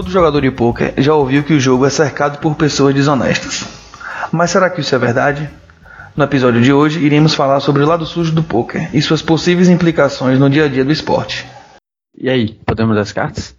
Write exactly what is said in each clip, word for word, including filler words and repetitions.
Todo jogador de pôquer já ouviu que o jogo é cercado por pessoas desonestas. Mas será que isso é verdade? No episódio de hoje, iremos falar sobre o lado sujo do pôquer e suas possíveis implicações no dia a dia do esporte. E aí, podemos dar as cartas?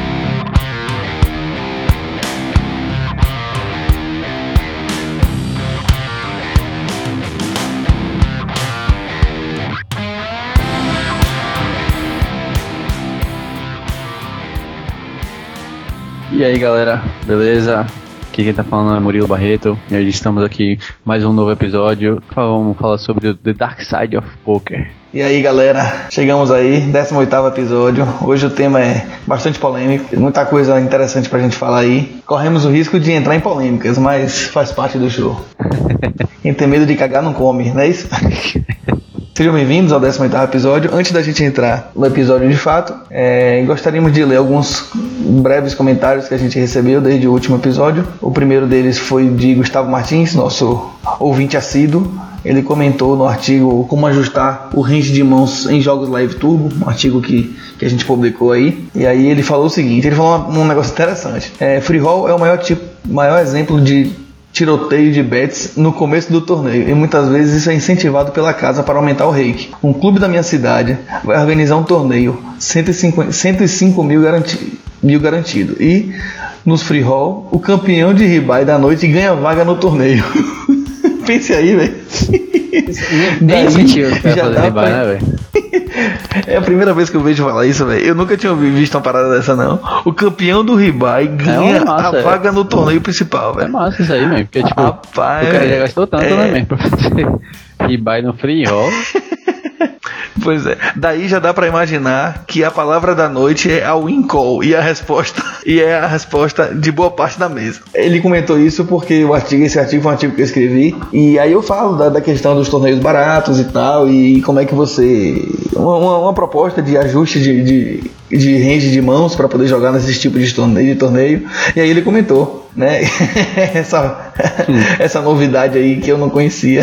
E aí galera, beleza? Aqui quem tá falando é Murilo Barreto e hoje estamos aqui mais um novo episódio. Vamos falar sobre o The Dark Side of Poker. E aí galera, chegamos aí, décimo oitavo episódio. Hoje o tema é bastante polêmico, muita coisa interessante pra gente falar aí. Corremos o risco de entrar em polêmicas, mas faz parte do show. Quem tem medo de cagar não come, não é isso? Sejam bem-vindos ao décimo oitavo episódio. Antes da gente entrar no episódio de fato, é, gostaríamos de ler alguns breves comentários que a gente recebeu desde o último episódio. O primeiro deles foi de Gustavo Martins, nosso ouvinte assíduo. Ele comentou no artigo como ajustar o range de mãos em jogos Live Turbo, um artigo que, que a gente publicou aí. E aí ele falou o seguinte, ele falou um, um negócio interessante. É, free roll é o maior, tipo, maior exemplo de tiroteio de bets no começo do torneio e muitas vezes isso é incentivado pela casa para aumentar o rake. Um clube da minha cidade vai organizar um torneio cento e cinquenta, cento e cinco mil, garanti, mil garantido e nos free roll o campeão de ribai da noite ganha vaga no torneio. Pense aí, velho. Nem incentivo pra já fazer ribai, né, velho? É a primeira vez que eu vejo falar isso, velho. Eu nunca tinha visto uma parada dessa, não. O campeão do ribai ganha é massa, a vaga é. no torneio principal, velho. É massa isso aí, mesmo. Porque, tipo, rapaz, o cara já gastou tanto, é... né, mesmo, pra fazer ribai no free roll. Pois é, daí já dá pra imaginar que a palavra da noite é a win call e a resposta e é a resposta de boa parte da mesa. Ele comentou isso porque o artigo, esse artigo foi um artigo que eu escrevi e aí eu falo da, da questão dos torneios baratos e tal e como é que você uma, uma, uma proposta de ajuste de, de, de range de mãos para poder jogar nesses tipos de torneio, de torneio e aí ele comentou, né, essa, essa novidade aí que eu não conhecia.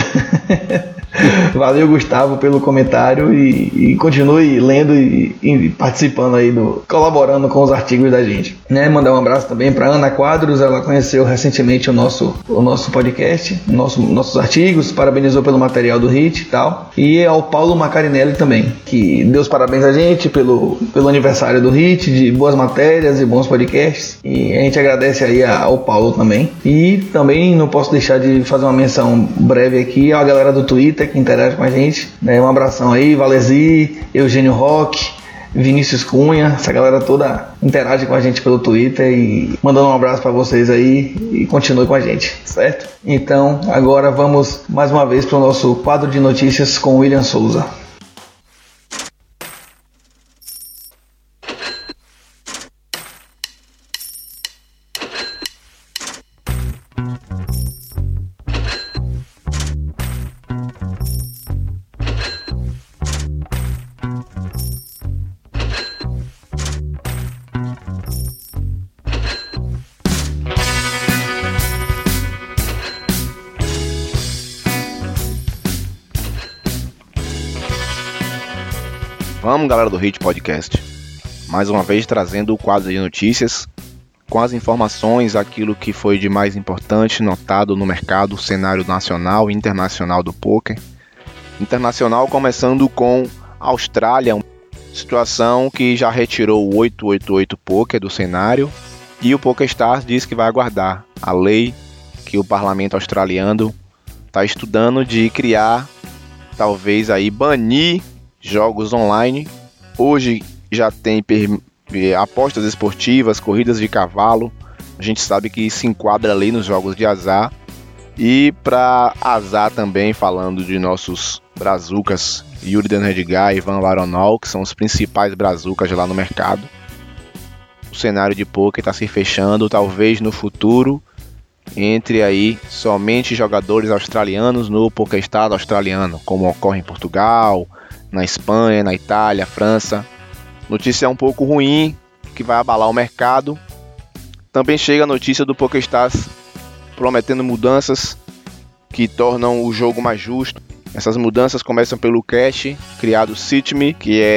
Valeu, Gustavo, pelo comentário e, e continue lendo e, e participando aí, do, colaborando com os artigos da gente. Né? Mandar um abraço também para Ana Quadros, ela conheceu recentemente o nosso, o nosso podcast, nosso, nossos artigos, parabenizou pelo material do Hit e tal. E ao Paulo Macarinelli também, que deu os parabéns a gente pelo, pelo aniversário do Hit, de boas matérias e bons podcasts. E a gente agradece aí ao Paulo também. E também não posso deixar de fazer uma menção breve aqui à galera do Twitter, que interage com a gente, né? Um abração aí, Valesi, Eugênio Roque, Vinícius Cunha, essa galera toda interage com a gente pelo Twitter e mandando um abraço para vocês aí e continue com a gente, certo? Então agora vamos mais uma vez para o nosso quadro de notícias com William Souza. Vamos, galera do Hit Podcast, mais uma vez trazendo o quadro de notícias com as informações, aquilo que foi de mais importante notado no mercado, cenário nacional e internacional do poker. Internacional começando com a Austrália, uma situação que já retirou o oito oito oito Poker do cenário e o PokerStars diz que vai aguardar a lei que o parlamento australiano está estudando de criar, talvez aí banir jogos online. Hoje já tem per... apostas esportivas, corridas de cavalo. A gente sabe que se enquadra ali nos jogos de azar. E para azar também, falando de nossos brazucas, Yuri Denredgar e Ivan Laronol, que são os principais brazucas lá no mercado. O cenário de poker está se fechando, talvez no futuro entre aí somente jogadores australianos no PokerStars australiano, como ocorre em Portugal, na Espanha, na Itália, França. Notícia um pouco ruim, que vai abalar o mercado. Também chega a notícia do PokerStars prometendo mudanças que tornam o jogo mais justo. Essas mudanças começam pelo cash criado Sitme, que é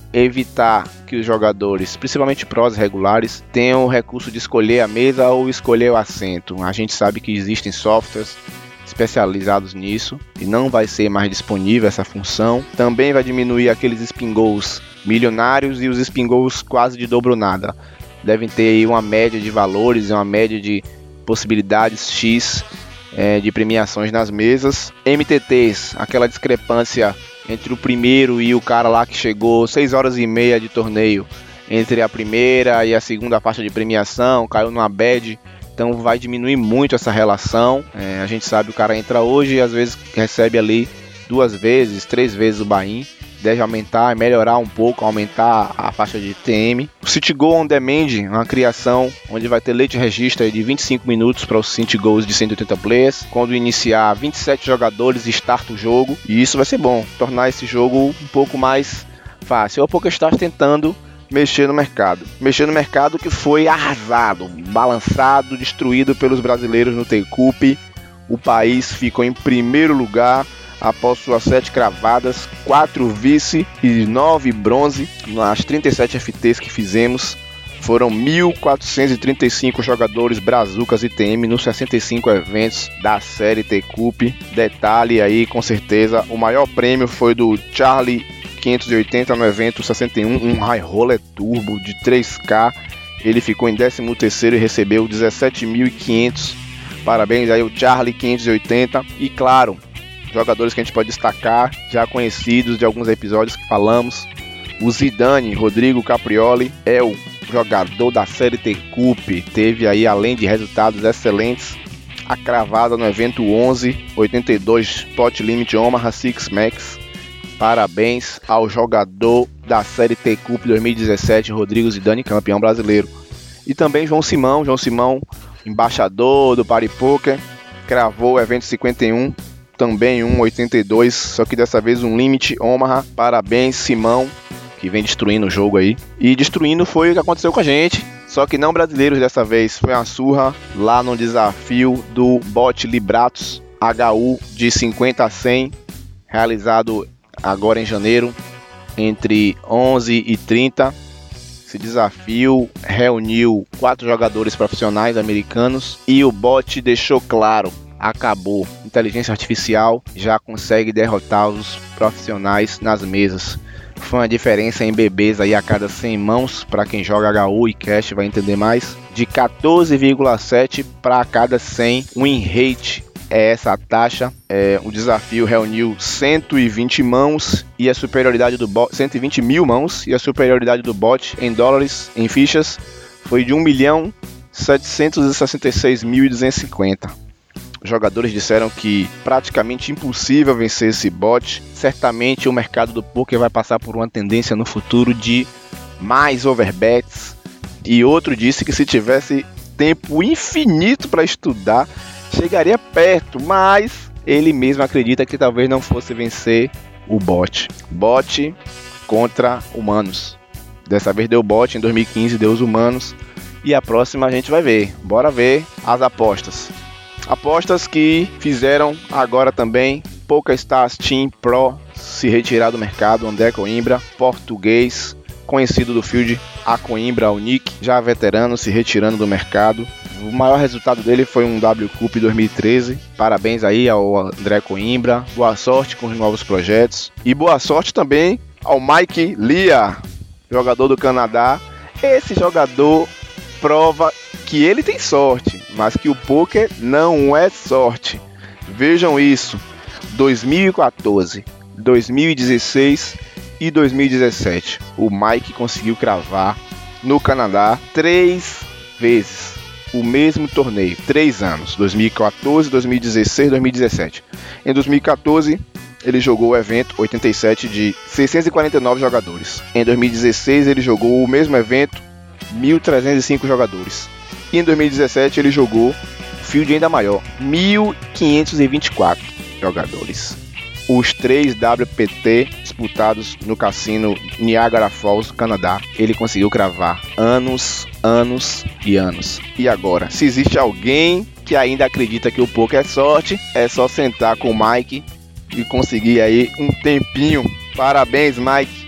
evitar que os jogadores, principalmente prós regulares, tenham o recurso de escolher a mesa ou escolher o assento. A gente sabe que existem softwares especializados nisso e não vai ser mais disponível essa função. Também vai diminuir aqueles spin goals milionários e os spin goals quase de dobro nada. Devem ter aí uma média de valores, uma média de possibilidades X é, de premiações nas mesas. M T Ts, aquela discrepância entre o primeiro e o cara lá que chegou seis horas e meia de torneio, entre a primeira e a segunda faixa de premiação, caiu numa bad. Então vai diminuir muito essa relação. É, a gente sabe que o cara entra hoje e às vezes recebe ali duas vezes, três vezes o buy-in. Deve aumentar e melhorar um pouco, aumentar a faixa de T M. O City Goal On Demand, uma criação onde vai ter late register de vinte e cinco minutos para os City Goals de cento e oitenta players. Quando iniciar vinte e sete jogadores, starta o jogo. E isso vai ser bom, tornar esse jogo um pouco mais fácil. É o PokerStars tentando mexer no mercado. Mexer no mercado que foi arrasado, balançado, destruído pelos brasileiros no T-Cup. O país ficou em primeiro lugar após suas sete cravadas, quatro vice e nove bronze nas trinta e sete F Ts que fizemos. Foram mil quatrocentos e trinta e cinco jogadores brazucas e T M nos sessenta e cinco eventos da série T-Cup. Detalhe aí, com certeza, o maior prêmio foi do Charlie quinhentos e oitenta no evento sessenta e um, um High Roller Turbo de três K. Ele ficou em décimo terceiro e recebeu dezessete mil e quinhentos. Parabéns aí o Charlie quinhentos e oitenta. E claro, jogadores que a gente pode destacar, já conhecidos de alguns episódios que falamos. O Zidane, Rodrigo Caprioli, é o jogador da série T-Cup. Teve aí, além de resultados excelentes, a cravada no evento onze, oitenta e dois Pot Limit Omaha Six Max. Parabéns ao jogador da série T-Cup dois mil e dezessete, Rodrigo Zidane, campeão brasileiro. E também João Simão, João Simão, embaixador do Party Poker, cravou o evento cinquenta e um, também um oitenta e dois, só que dessa vez um Limit Omaha. Parabéns, Simão, que vem destruindo o jogo aí. E destruindo foi o que aconteceu com a gente, só que não brasileiros dessa vez. Foi uma surra lá no desafio do Bot Libratos H U de cinquenta a cem, realizado agora em janeiro, entre onze e trinta. Esse desafio reuniu quatro jogadores profissionais americanos e o bot deixou claro: acabou. Inteligência artificial já consegue derrotar os profissionais nas mesas. Foi uma diferença em bebês aí a cada cem mãos, para quem joga H U e Cash vai entender mais, de quatorze vírgula sete para cada cem win rate. É essa a taxa. É, o desafio reuniu cento e vinte mãos e a superioridade do bot, cento e vinte mil mãos, e a superioridade do bot em dólares, em fichas, foi de um milhão setecentos e sessenta e seis mil e duzentos e cinquenta. Os jogadores disseram que praticamente impossível vencer esse bot. Certamente o mercado do poker vai passar por uma tendência no futuro de mais overbets. E outro disse que se tivesse tempo infinito para estudar, chegaria perto, mas ele mesmo acredita que talvez não fosse vencer o bot. Bot contra humanos. Dessa vez deu bot, em dois mil e quinze deu os humanos. E a próxima a gente vai ver. Bora ver as apostas. Apostas que fizeram agora também PokerStars Team Pro se retirar do mercado. André Coimbra, português, conhecido do field, a Coimbra, o Nick, já veterano, se retirando do mercado. O maior resultado dele foi um W Cup dois mil e treze. Parabéns aí ao André Coimbra. Boa sorte com os novos projetos. E boa sorte também ao Mike Lia, jogador do Canadá. Esse jogador prova que ele tem sorte, mas que o poker não é sorte. Vejam isso. dois mil e quatorze, dois mil e dezesseis e dois mil e dezessete. O Mike conseguiu cravar no Canadá três vezes o mesmo torneio, três anos, dois mil e quatorze, dois mil e dezesseis, dois mil e dezessete. Em dois mil e quatorze, ele jogou o evento oitenta e sete de seiscentos e quarenta e nove jogadores. Em dois mil e dezesseis, ele jogou o mesmo evento, mil trezentos e cinco jogadores. E em dois mil e dezessete, ele jogou field ainda maior, mil quinhentos e vinte e quatro jogadores. Os três W P T disputados no cassino Niagara Falls, Canadá, ele conseguiu cravar anos, anos e anos. E agora, se existe alguém que ainda acredita que o poker é sorte, é só sentar com o Mike e conseguir aí um tempinho. Parabéns, Mike.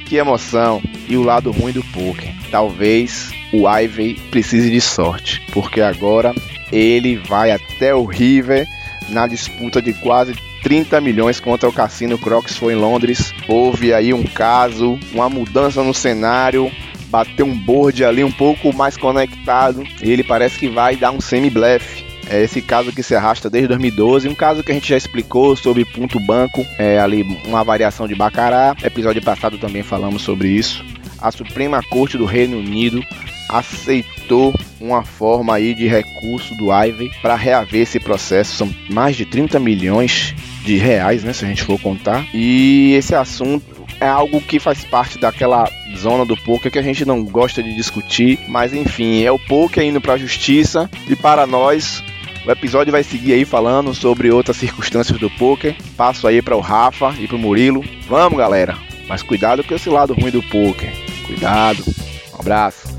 que emoção. E o lado ruim do poker. Talvez o Ivey precise de sorte, porque agora ele vai até o River na disputa de quase trinta milhões contra o Cassino Crocs foi em Londres. Houve aí um caso, uma mudança no cenário, bateu um board ali um pouco mais conectado e ele parece que vai dar um semi-blefe. É esse caso que se arrasta desde dois mil e doze, um caso que a gente já explicou sobre ponto banco, é ali uma variação de Baccarat. Episódio passado também falamos sobre isso. A Suprema Corte do Reino Unido aceitou uma forma aí de recurso do Ivey para reaver esse processo. São mais de trinta milhões de reais, né, se a gente for contar. E esse assunto é algo que faz parte daquela zona do poker que a gente não gosta de discutir, mas enfim, é o poker indo para a justiça. E para nós, o episódio vai seguir aí falando sobre outras circunstâncias do poker. Passo aí para o Rafa e para o Murilo. Vamos, galera, mas cuidado com esse lado ruim do poker. Cuidado. Um abraço.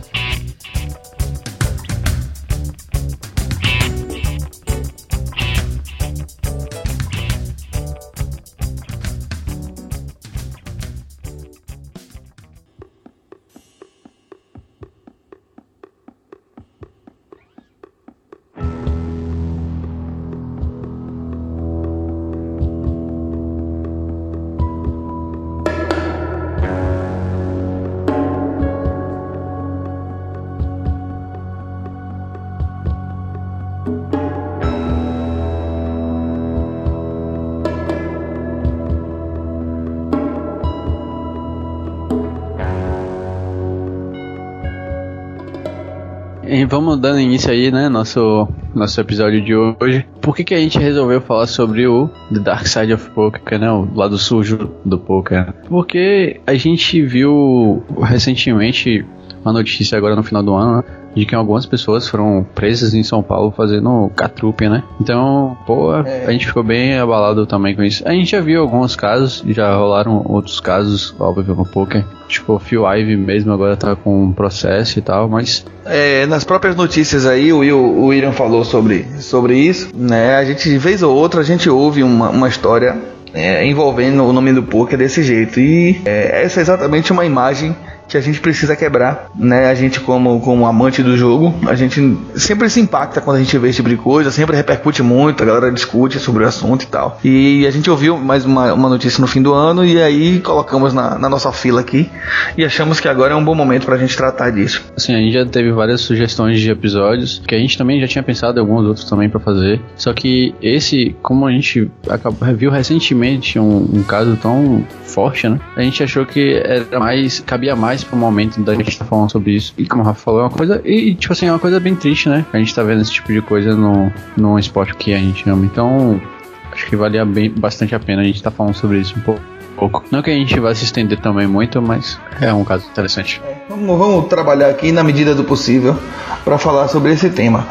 E vamos dando início aí, né, nosso, nosso episódio de hoje. Por que que a gente resolveu falar sobre o The Dark Side of Poker, né, o lado sujo do poker? Porque a gente viu recentemente uma notícia agora no final do ano, né, de que algumas pessoas foram presas em São Paulo fazendo catrupe, né? Então, pô, é. a gente ficou bem abalado também com isso. A gente já viu alguns casos, já rolaram outros casos, óbvio, no poker. Tipo, o Phil Ivey mesmo agora tá com um processo e tal, mas... É, nas próprias notícias aí, o, Will, o William falou sobre, sobre isso, né? A gente, de vez ou outra, a gente ouve uma, uma história é, envolvendo o nome do poker desse jeito. E é, essa é exatamente uma imagem que a gente precisa quebrar, né? A gente como, como amante do jogo, a gente sempre se impacta quando a gente vê esse tipo de coisa, sempre repercute muito, a galera discute sobre o assunto e tal. E a gente ouviu mais uma, uma notícia no fim do ano e aí colocamos na, na nossa fila aqui e achamos que agora é um bom momento pra gente tratar disso. Assim, a gente já teve várias sugestões de episódios, que a gente também já tinha pensado em alguns outros também pra fazer, só que esse, como a gente acabou, viu recentemente um, um caso tão forte, né? A gente achou que era mais, cabia mais pro momento da gente estar tá falando sobre isso. E como o Rafa falou, é uma coisa, e tipo assim, é uma coisa bem triste, né? A gente tá vendo esse tipo de coisa no, no esporte que a gente ama. Então, acho que valia bem, bastante a pena a gente tá falando sobre isso um pouco. Pouco. Não que a gente vá se estender também muito, mas é um caso interessante. É, vamos, vamos trabalhar aqui na medida do possível para falar sobre esse tema.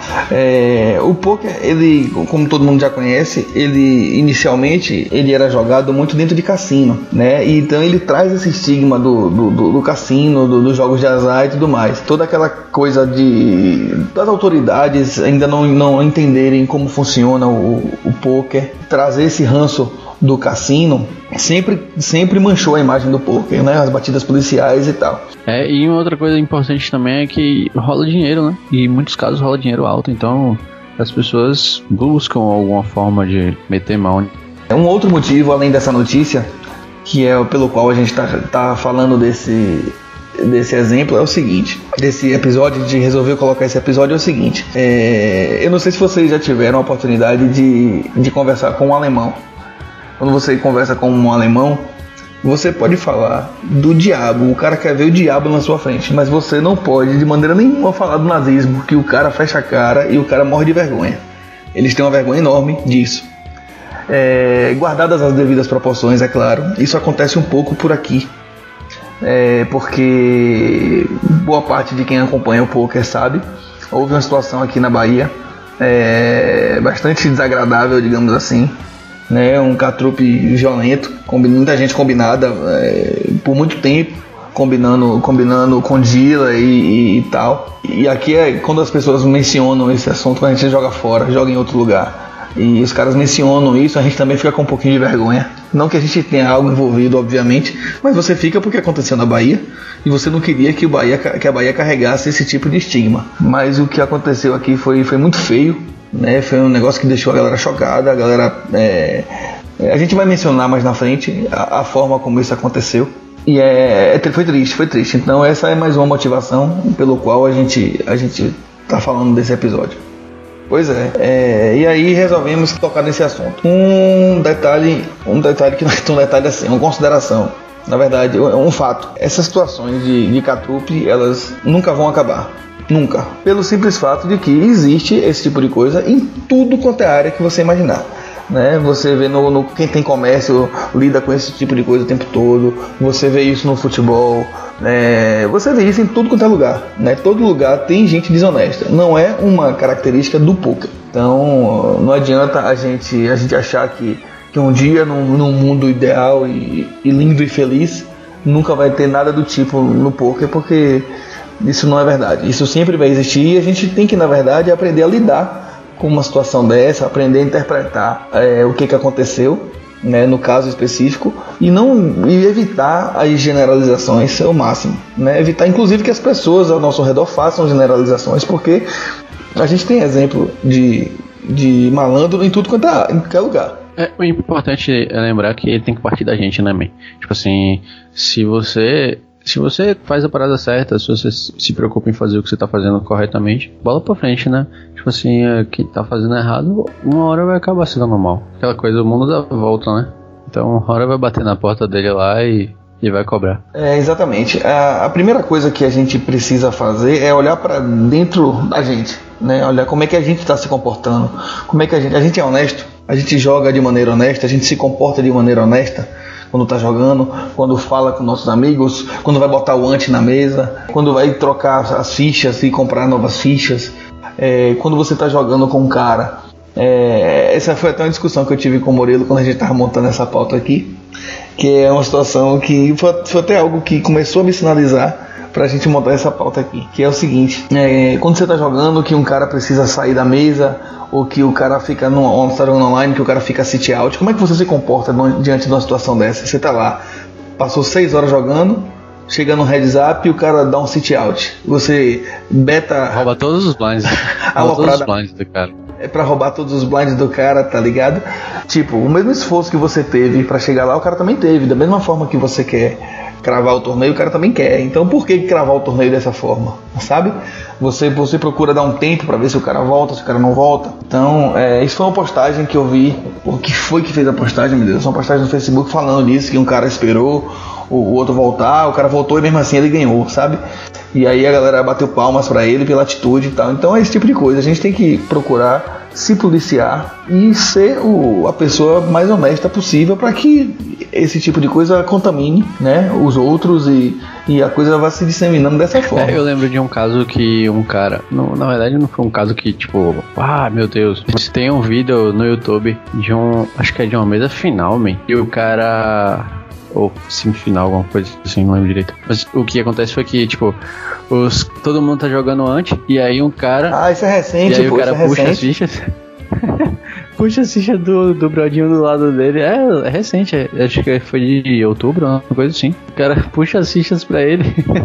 É, o poker, ele, como todo mundo já conhece, ele inicialmente ele era jogado muito dentro de cassino, né? E então ele traz esse estigma do, do, do, do cassino, do, dos jogos de azar e tudo mais. Toda aquela coisa de das autoridades ainda não, não entenderem como funciona o, o poker, trazer esse ranço do cassino sempre, sempre manchou a imagem do poker, né? As batidas policiais e tal. É, e uma outra coisa importante também é que rola dinheiro, né? E em muitos casos rola dinheiro alto, então as pessoas buscam alguma forma de meter mão. Um outro motivo, além dessa notícia, que é pelo qual a gente tá, tá falando desse... desse exemplo, é o seguinte, desse episódio, de resolver colocar esse episódio é o seguinte, é, eu não sei se vocês já tiveram a oportunidade de, de conversar com um alemão. Quando você conversa com um alemão, você pode falar do diabo, o cara quer ver o diabo na sua frente, mas você não pode de maneira nenhuma falar do nazismo, que o cara fecha a cara e o cara morre de vergonha. Eles têm uma vergonha enorme disso. É, guardadas as devidas proporções, é claro, isso acontece um pouco por aqui. É, porque boa parte de quem acompanha o poker sabe, houve uma situação aqui na Bahia é, bastante desagradável, digamos assim, né, um catrupe violento, muita gente combinada é, por muito tempo, combinando, combinando com Dila e, e, e tal. E aqui é quando as pessoas mencionam esse assunto, quando a gente joga fora, joga em outro lugar. e os caras mencionam isso, a gente também fica com um pouquinho de vergonha. Não que a gente tenha algo envolvido, obviamente, mas você fica porque aconteceu na Bahia e você não queria que, o Bahia, que a Bahia carregasse esse tipo de estigma. Mas o que aconteceu aqui foi, foi muito feio, né? Foi um negócio que deixou a galera chocada, a galera... É, a gente vai mencionar mais na frente a, a forma como isso aconteceu. E é, é, foi triste, foi triste. Então essa é mais uma motivação pelo qual a gente a gente tá falando desse episódio. Pois é, é, e aí resolvemos tocar nesse assunto. Um detalhe, um detalhe que não é tão detalhe assim, uma consideração. Na verdade, um fato. Essas situações de, de catrupe, elas nunca vão acabar. Nunca. Pelo simples fato de que existe esse tipo de coisa em tudo quanto é área que você imaginar. Né? Você vê no, no quem tem comércio lida com esse tipo de coisa o tempo todo. Você vê isso no futebol, né? Você vê isso em tudo quanto é lugar, né? Todo lugar tem gente desonesta. Não é uma característica do poker. Então não adianta a gente, a gente achar que, que um dia num, num mundo ideal e, e lindo e feliz nunca vai ter nada do tipo no poker, porque isso não é verdade. Isso sempre vai existir e a gente tem que, na verdade, aprender a lidar com uma situação dessa, aprender a interpretar é, o que, que aconteceu, né, no caso específico, e não e evitar as generalizações ao máximo, né, evitar inclusive que as pessoas ao nosso redor façam generalizações, porque a gente tem exemplo de, de malandro em tudo quanto é, em qualquer lugar. É, o importante é lembrar que ele tem que partir da gente, né, man? Tipo assim, se você... Se você faz a parada certa, se você se preocupa em fazer o que você tá fazendo corretamente, bola pra frente, né? Tipo assim, quem tá fazendo errado, uma hora vai acabar se dando mal. Aquela coisa, o mundo dá volta, né? Então uma hora vai bater na porta dele lá e, e vai cobrar. É, exatamente. A, a primeira coisa que a gente precisa fazer é olhar pra dentro da gente, né? Olhar como é que a gente tá se comportando. Como é que a gente... A gente é honesto? A gente joga de maneira honesta? A gente se comporta de maneira honesta? Quando tá jogando, quando fala com nossos amigos, quando vai botar o ante na mesa, quando vai trocar as fichas e comprar novas fichas, é, quando você tá jogando com um cara. É, essa foi até uma discussão que eu tive com o Murilo quando a gente tava montando essa pauta aqui, que é uma situação que foi, foi até algo que começou a me sinalizar pra gente montar essa pauta aqui, que é o seguinte, é, quando você tá jogando que um cara precisa sair da mesa, ou que o cara fica no, no tá jogando online, que o cara fica sit out, como é que você se comporta diante de uma situação dessa? Você tá lá, passou seis horas jogando, chega no heads up e o cara dá um sit out, você beta... Rouba todos os blinds, rouba todos os blinds do cara. É pra roubar todos os blinds do cara, tá ligado? Tipo, o mesmo esforço que você teve pra chegar lá, o cara também teve, da mesma forma que você quer cravar o torneio, o cara também quer. Então por que cravar o torneio dessa forma, sabe? Você, você procura dar um tempo pra ver se o cara volta, se o cara não volta. Então, é, isso foi uma postagem que eu vi. O que foi que fez a postagem, meu Deus? Uma postagem no Facebook falando disso, que um cara esperou o, o outro voltar, o cara voltou e mesmo assim ele ganhou, sabe? E aí a galera bateu palmas pra ele pela atitude e tal. Então é esse tipo de coisa. A gente tem que procurar se policiar e ser o, a pessoa mais honesta possível para que esse tipo de coisa contamine, né, os outros e, e a coisa vai se disseminando dessa forma. É, eu lembro de um caso que um cara, não, na verdade não foi um caso que tipo, ah, meu Deus, mas tem um vídeo no YouTube de um, acho que é de uma mesa final, man, e o cara, ou semifinal, alguma coisa assim, não lembro direito. Mas o que acontece foi que, tipo, os, todo mundo tá jogando antes, e aí um cara... Ah, isso é recente, e aí pô, o cara isso é puxa recente. as fichas... puxa a ficha do, do brodinho do lado dele. É, é recente, é, acho que foi de outubro, uma coisa assim. O cara puxa as fichas pra ele.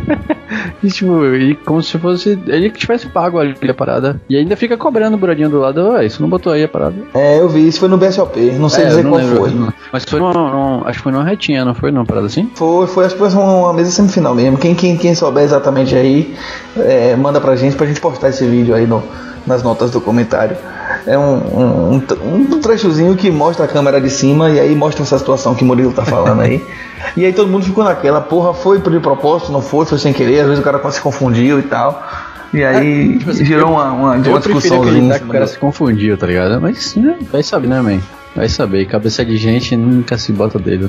E tipo, e como se fosse ele que tivesse pago ali a parada. E ainda fica cobrando o brodinho do lado. Ué, isso não botou aí a parada? É, eu vi, isso foi no B S O P, não sei é, dizer não qual lembro, foi. não. Mas foi numa, numa, acho que foi numa retinha, não foi numa parada assim? Foi, foi, acho que foi uma mesa semifinal mesmo. Quem, quem, quem souber exatamente aí, é, manda pra gente, pra gente postar esse vídeo aí no, nas notas do comentário. É um, um, um trechozinho que mostra a câmera de cima e aí mostra essa situação que o Murilo tá falando aí. E aí todo mundo ficou naquela, porra, foi de propósito, não foi, foi sem querer, às vezes o cara se confundiu e tal. E aí é, tipo assim, gerou uma, uma, uma discussãozinha. O cara se confundiu, tá ligado? Mas né, vai saber, né, man? Vai saber, cabeça de gente nunca se bota dele.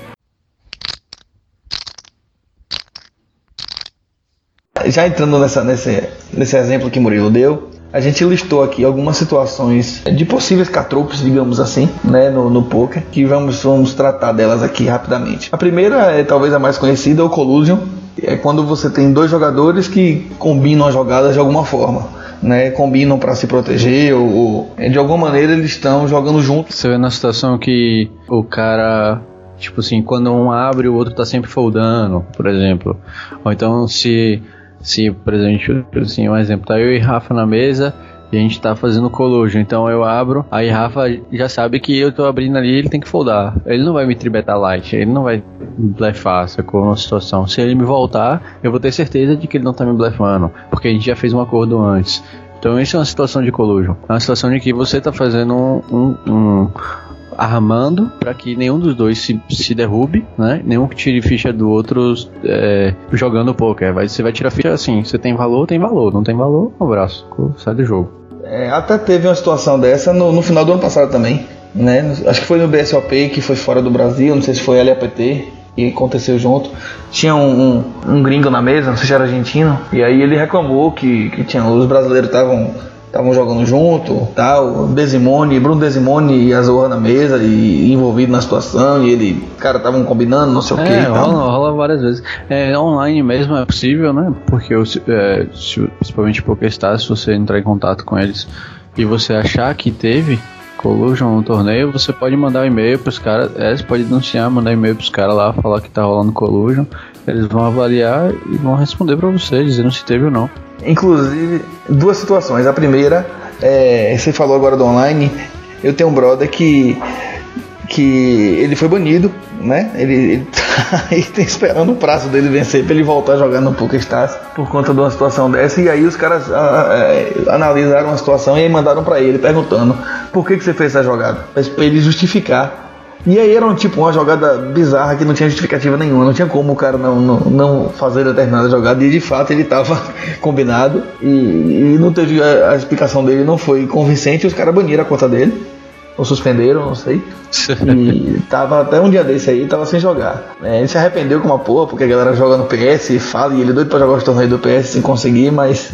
Já entrando nessa, nesse, nesse exemplo que o Murilo deu, a gente listou aqui algumas situações de possíveis catrupes, digamos assim, né, no, no poker, que vamos, vamos tratar delas aqui rapidamente. A primeira é talvez a mais conhecida, o collusion. É quando você tem dois jogadores que combinam as jogadas de alguma forma. né, combinam pra se proteger, ou, ou de alguma maneira eles estão jogando juntos. Você vê na situação que o cara, tipo assim, quando um abre, o outro tá sempre foldando, por exemplo. Ou então se, se por exemplo, assim, um exemplo, tá eu e Rafa na mesa e a gente tá fazendo collusion, então eu abro, aí Rafa já sabe que eu tô abrindo ali, ele tem que foldar. Ele não vai me tribetar light, ele não vai blefar, sacou? Uma situação. Se ele me voltar, eu vou ter certeza de que ele não tá me blefando, porque a gente já fez um acordo antes. Então isso é uma situação de collusion. É uma situação de que você tá fazendo um... um, um armando para que nenhum dos dois se, se derrube, né? Nenhum que tire ficha do outro é, jogando poker. Vai, você vai tirar ficha assim, você tem valor, tem valor. Não tem valor, um abraço, sai do jogo. É, até teve uma situação dessa no, no final do ano passado também, né? Acho que foi no B S O P, que foi fora do Brasil, não sei se foi L A P T, e aconteceu junto. Tinha um, um, um gringo na mesa, não sei se era argentino, e aí ele reclamou que, que tinha, os brasileiros estavam estavam jogando junto, tal, Desimone, Bruno Desimone e a Zorra na mesa e envolvido na situação, e ele, cara, estavam combinando, não sei o que. É, rola, rola várias vezes. É, online mesmo é possível, né? Porque eu, é, se, principalmente PokerStars, se você entrar em contato com eles e você achar que teve collusion no torneio, você pode mandar um e-mail pros caras, é, você pode denunciar, mandar um e-mail pros caras lá, falar que tá rolando collusion, eles vão avaliar e vão responder pra você, dizendo se teve ou não. Inclusive, duas situações. A primeira, é, você falou agora do online. Eu tenho um brother que que ele foi banido, né? Ele, ele tá aí esperando o prazo dele vencer pra ele voltar a jogar no PokerStars por conta de uma situação dessa. E aí os caras a, a, analisaram a situação e aí mandaram pra ele perguntando por que, que você fez essa jogada, pra ele justificar. E aí era um, tipo uma jogada bizarra que não tinha justificativa nenhuma, não tinha como o cara não, não, não fazer determinada jogada, e de fato ele estava combinado e, e não teve, a, a explicação dele não foi convincente, e os caras baniram a conta dele, ou suspenderam, não sei, e tava até um dia desse aí, tava sem jogar. É, ele se arrependeu com uma porra, porque a galera joga no P S e fala, e ele é doido pra jogar os torneios do P S sem conseguir, mas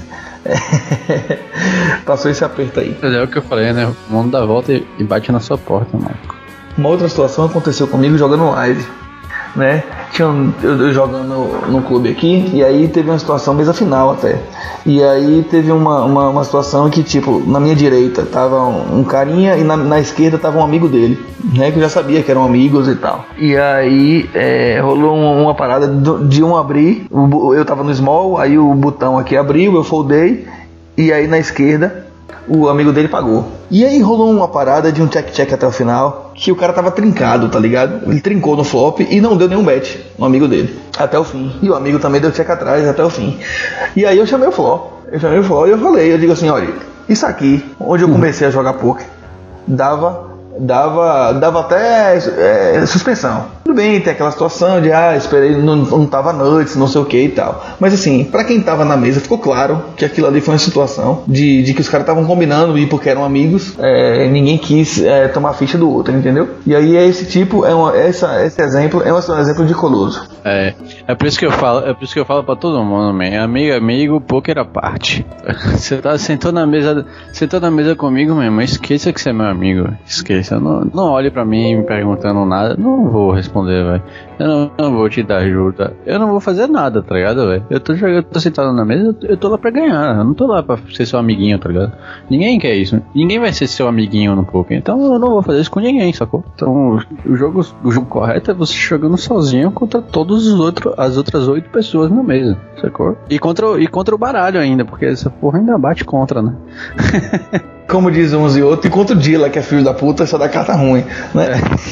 é, passou esse aperto aí. É o que eu falei, né? O mundo dá volta e, e bate na sua porta, Marco. Uma outra situação aconteceu comigo jogando live, né? Tinha um, eu, eu jogando no, no clube aqui, e aí teve uma situação, mesa final até. E aí teve uma, uma, uma situação que, tipo, na minha direita tava um, um carinha e na, na esquerda tava um amigo dele, né? Que eu já sabia que eram amigos e tal. E aí é, rolou uma, uma parada de, de um abrir, o, eu tava no small, aí o botão aqui abriu, eu foldei, e aí na esquerda o amigo dele pagou. E aí rolou uma parada de um check-check até o final, que o cara tava trincado, tá ligado? Ele trincou no flop e não deu nenhum bet, um amigo dele, até o fim. E o amigo também deu check atrás até o fim. E aí eu chamei o flop, eu chamei o flop e eu falei, eu digo assim, olha, isso aqui, onde eu comecei a jogar poker, dava... Dava, dava até é, suspensão. Tudo bem, tem aquela situação de ah, esperei, não, não tava nuts, não sei o que e tal. Mas assim, pra quem tava na mesa, ficou claro que aquilo ali foi uma situação de, de que os caras estavam combinando e porque eram amigos, é, ninguém quis é, tomar a ficha do outro, entendeu? E aí é esse tipo, é uma, essa, esse exemplo é um exemplo de coloso. É, é por isso que eu falo, é por isso que eu falo pra todo mundo, man. Amigo, amigo, poker à parte. Você tá, sentou na mesa, sentou na mesa comigo mesmo, esqueça que você é meu amigo, esqueça. Não, não olhe pra mim me perguntando nada, não vou responder, velho. Eu não, não vou te dar ajuda, eu não vou fazer nada, tá ligado, velho? Eu tô jogando, tô sentado na mesa, eu tô lá pra ganhar, eu não tô lá pra ser seu amiguinho, tá ligado? Ninguém quer isso, ninguém vai ser seu amiguinho no poker, então eu não vou fazer isso com ninguém, sacou? Então o jogo, o jogo correto é você jogando sozinho contra todos os outros, as outras oito pessoas na mesa, sacou? E contra, e contra o baralho ainda, porque essa porra ainda bate contra, né? Como diz uns e outros, e contra o Dila, que é filho da puta, só dá carta ruim, né?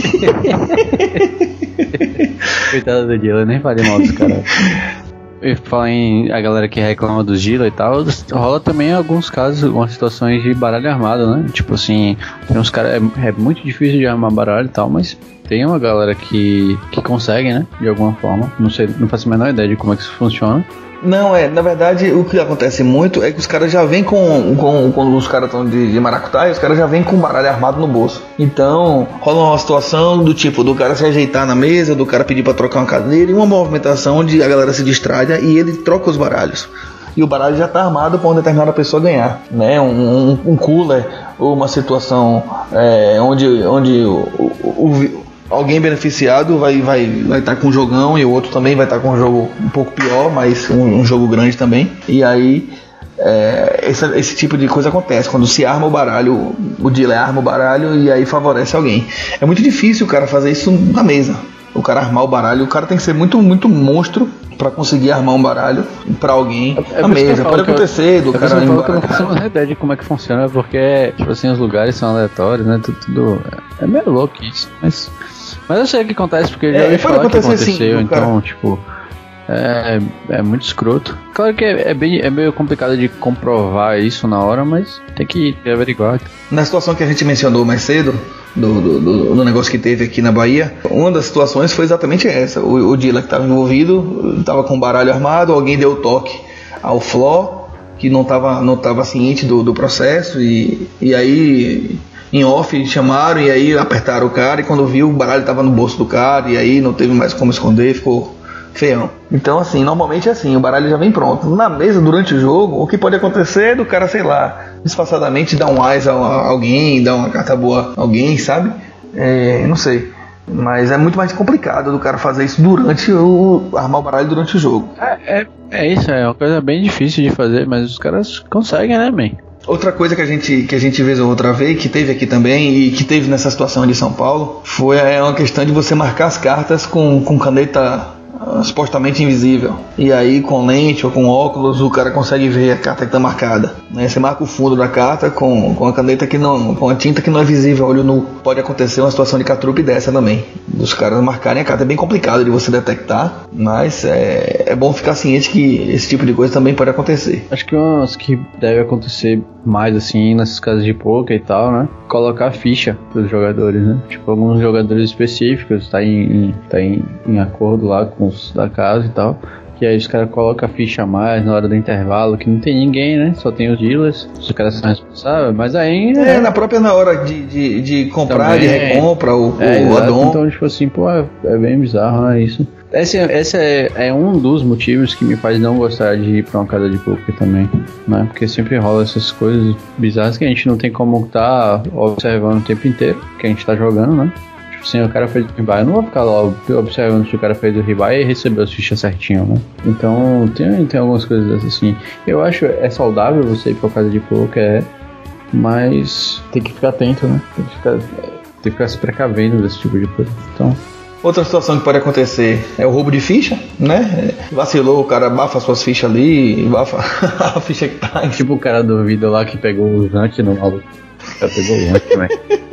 Coitado do Dila, nem falei mal dos caras. E falar em a galera que reclama do Dila e tal, rola também alguns casos, algumas situações de baralho armado, né? Tipo assim, tem uns caras, é, é muito difícil de armar baralho e tal, mas tem uma galera que, que consegue, né? De alguma forma. Não sei, não faço a menor ideia de como é que isso funciona. Não, é, na verdade o que acontece muito é que os caras já vêm com, com quando os caras estão de, de maracutaia, os caras já vêm com um baralho armado no bolso. Então rola uma situação do tipo, do cara se ajeitar na mesa, do cara pedir pra trocar uma cadeira, e uma movimentação onde a galera se distrai e ele troca os baralhos. E o baralho já tá armado para uma determinada pessoa ganhar, né? Um, um, um cooler ou uma situação é, onde, onde o, o, o alguém beneficiado vai vai vai estar com um jogão e o outro também vai estar com um jogo um pouco pior, mas um, um jogo grande também. E aí é, esse, esse tipo de coisa acontece. Quando se arma o baralho, o dealer arma o baralho e aí favorece alguém. É muito difícil o cara fazer isso na mesa. O cara armar o baralho, o cara tem que ser muito, muito monstro pra conseguir armar um baralho pra alguém é, na é mesa. Pode acontecer eu, do é cara eu embora. que eu não faço uma ideia de como é que funciona, porque, tipo assim, os lugares são aleatórios, né? Tudo, tudo é meio louco isso, mas, mas eu sei o que acontece, porque eu já É, ouvi pode falar que acontecer, aconteceu, sim, então, cara. tipo, é, é muito escroto. Claro que é, é, bem, é meio complicado de comprovar isso na hora, mas tem que averiguar. Na situação que a gente mencionou mais cedo, do, do, do, do negócio que teve aqui na Bahia, uma das situações foi exatamente essa. O, o dealer que estava envolvido estava com o baralho armado, alguém deu toque ao Fló, que não estava não tava ciente do, do processo, e, e aí em off chamaram e aí apertaram o cara, e quando viu o baralho estava no bolso do cara, e aí não teve mais como esconder, ficou feião. Então assim, normalmente é assim, o baralho já vem pronto. Na mesa, durante o jogo, o que pode acontecer é do cara, sei lá, disfarçadamente dar um ás a alguém, dar uma carta boa a alguém, sabe? É, não sei. Mas é muito mais complicado do cara fazer isso durante o... armar o baralho durante o jogo. É, é, é isso, é uma coisa bem difícil de fazer, mas os caras conseguem, né, man? Outra coisa que a gente, que a gente vez ou outra vez, que teve aqui também e que teve nessa situação de São Paulo, foi é uma questão de você marcar as cartas com, com caneta supostamente invisível, e aí com lente ou com óculos o cara consegue ver a carta que está marcada, né? Você marca o fundo da carta com, com a caneta que não, com a tinta que não é visível a olho nu. Pode acontecer uma situação de catrupe dessa também, dos caras marcarem a carta. É bem complicado de você detectar, mas é, é bom ficar ciente que esse tipo de coisa também pode acontecer. Acho que umas que deve acontecer mais assim nessas casas de poker e tal, né? Colocar ficha para os jogadores, né? Tipo, alguns jogadores específicos tá em, em, tá em, em acordo lá com os da casa e tal, que aí os caras colocam a ficha a mais na hora do intervalo, que não tem ninguém, né? Só tem os dealers, os caras são responsáveis, mas aí... É, é na própria na hora de, de, de comprar, também, de recompra, o, é, o addon. Então, tipo assim, pô, é, é bem bizarro, né, isso. Esse, esse é, é um dos motivos que me faz não gostar de ir pra uma casa de poker também, né? Porque sempre rola essas coisas bizarras que a gente não tem como estar observando o tempo inteiro, que a gente tá jogando, né? Tipo assim, o cara fez o ribai, eu não vou ficar lá observando se o cara fez o ribai e recebeu as fichas certinho, né? Então tem, tem algumas coisas dessas assim. Eu acho é saudável você ir pra casa de poker, é, mas tem que ficar atento, né? Tem que ficar, tem que ficar se precavendo desse tipo de coisa. Então... Outra situação que pode acontecer é o roubo de ficha, né? Vacilou, o cara abafa suas fichas ali, abafa a ficha que tá. Tipo o cara do vídeo lá que pegou o Zante no maluco. O cara pegou o Zante também.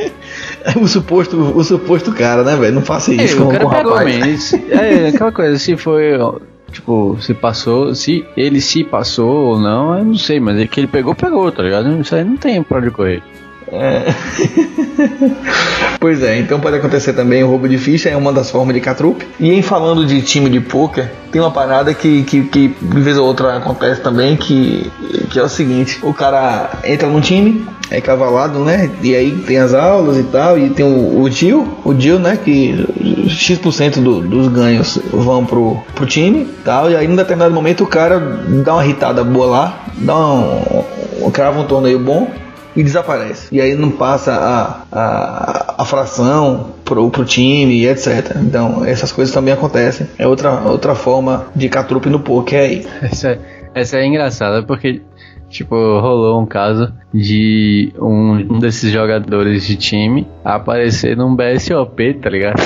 O suposto, o suposto cara, né, velho? Não faça isso é, com o cara com pegou, rapaz. Man, é aquela coisa, se foi... Tipo, se passou, se ele se passou ou não, eu não sei, mas é que ele pegou, pegou, tá ligado? Isso aí não tem pra onde correr. É. Pois é, então pode acontecer também o roubo de ficha, é uma das formas de catrupe. E em falando de time de poker, tem uma parada que, que, que de vez ou outra acontece também, que, que é o seguinte: o cara entra num time, é cavalado, né? E aí tem as aulas e tal, e tem o, o deal, o deal, né? Que X por cento do, dos ganhos vão pro, pro time e tal, e aí num determinado momento o cara dá uma irritada boa lá, dá um, um crava um torneio bom e desaparece. E aí não passa a, a, a fração pro, pro time, etcétera. Então essas coisas também acontecem. É outra, outra forma de catrupe no poker aí. Essa, é, essa é engraçada porque, tipo, rolou um caso de um, um desses jogadores de time aparecer num B S O P, tá ligado?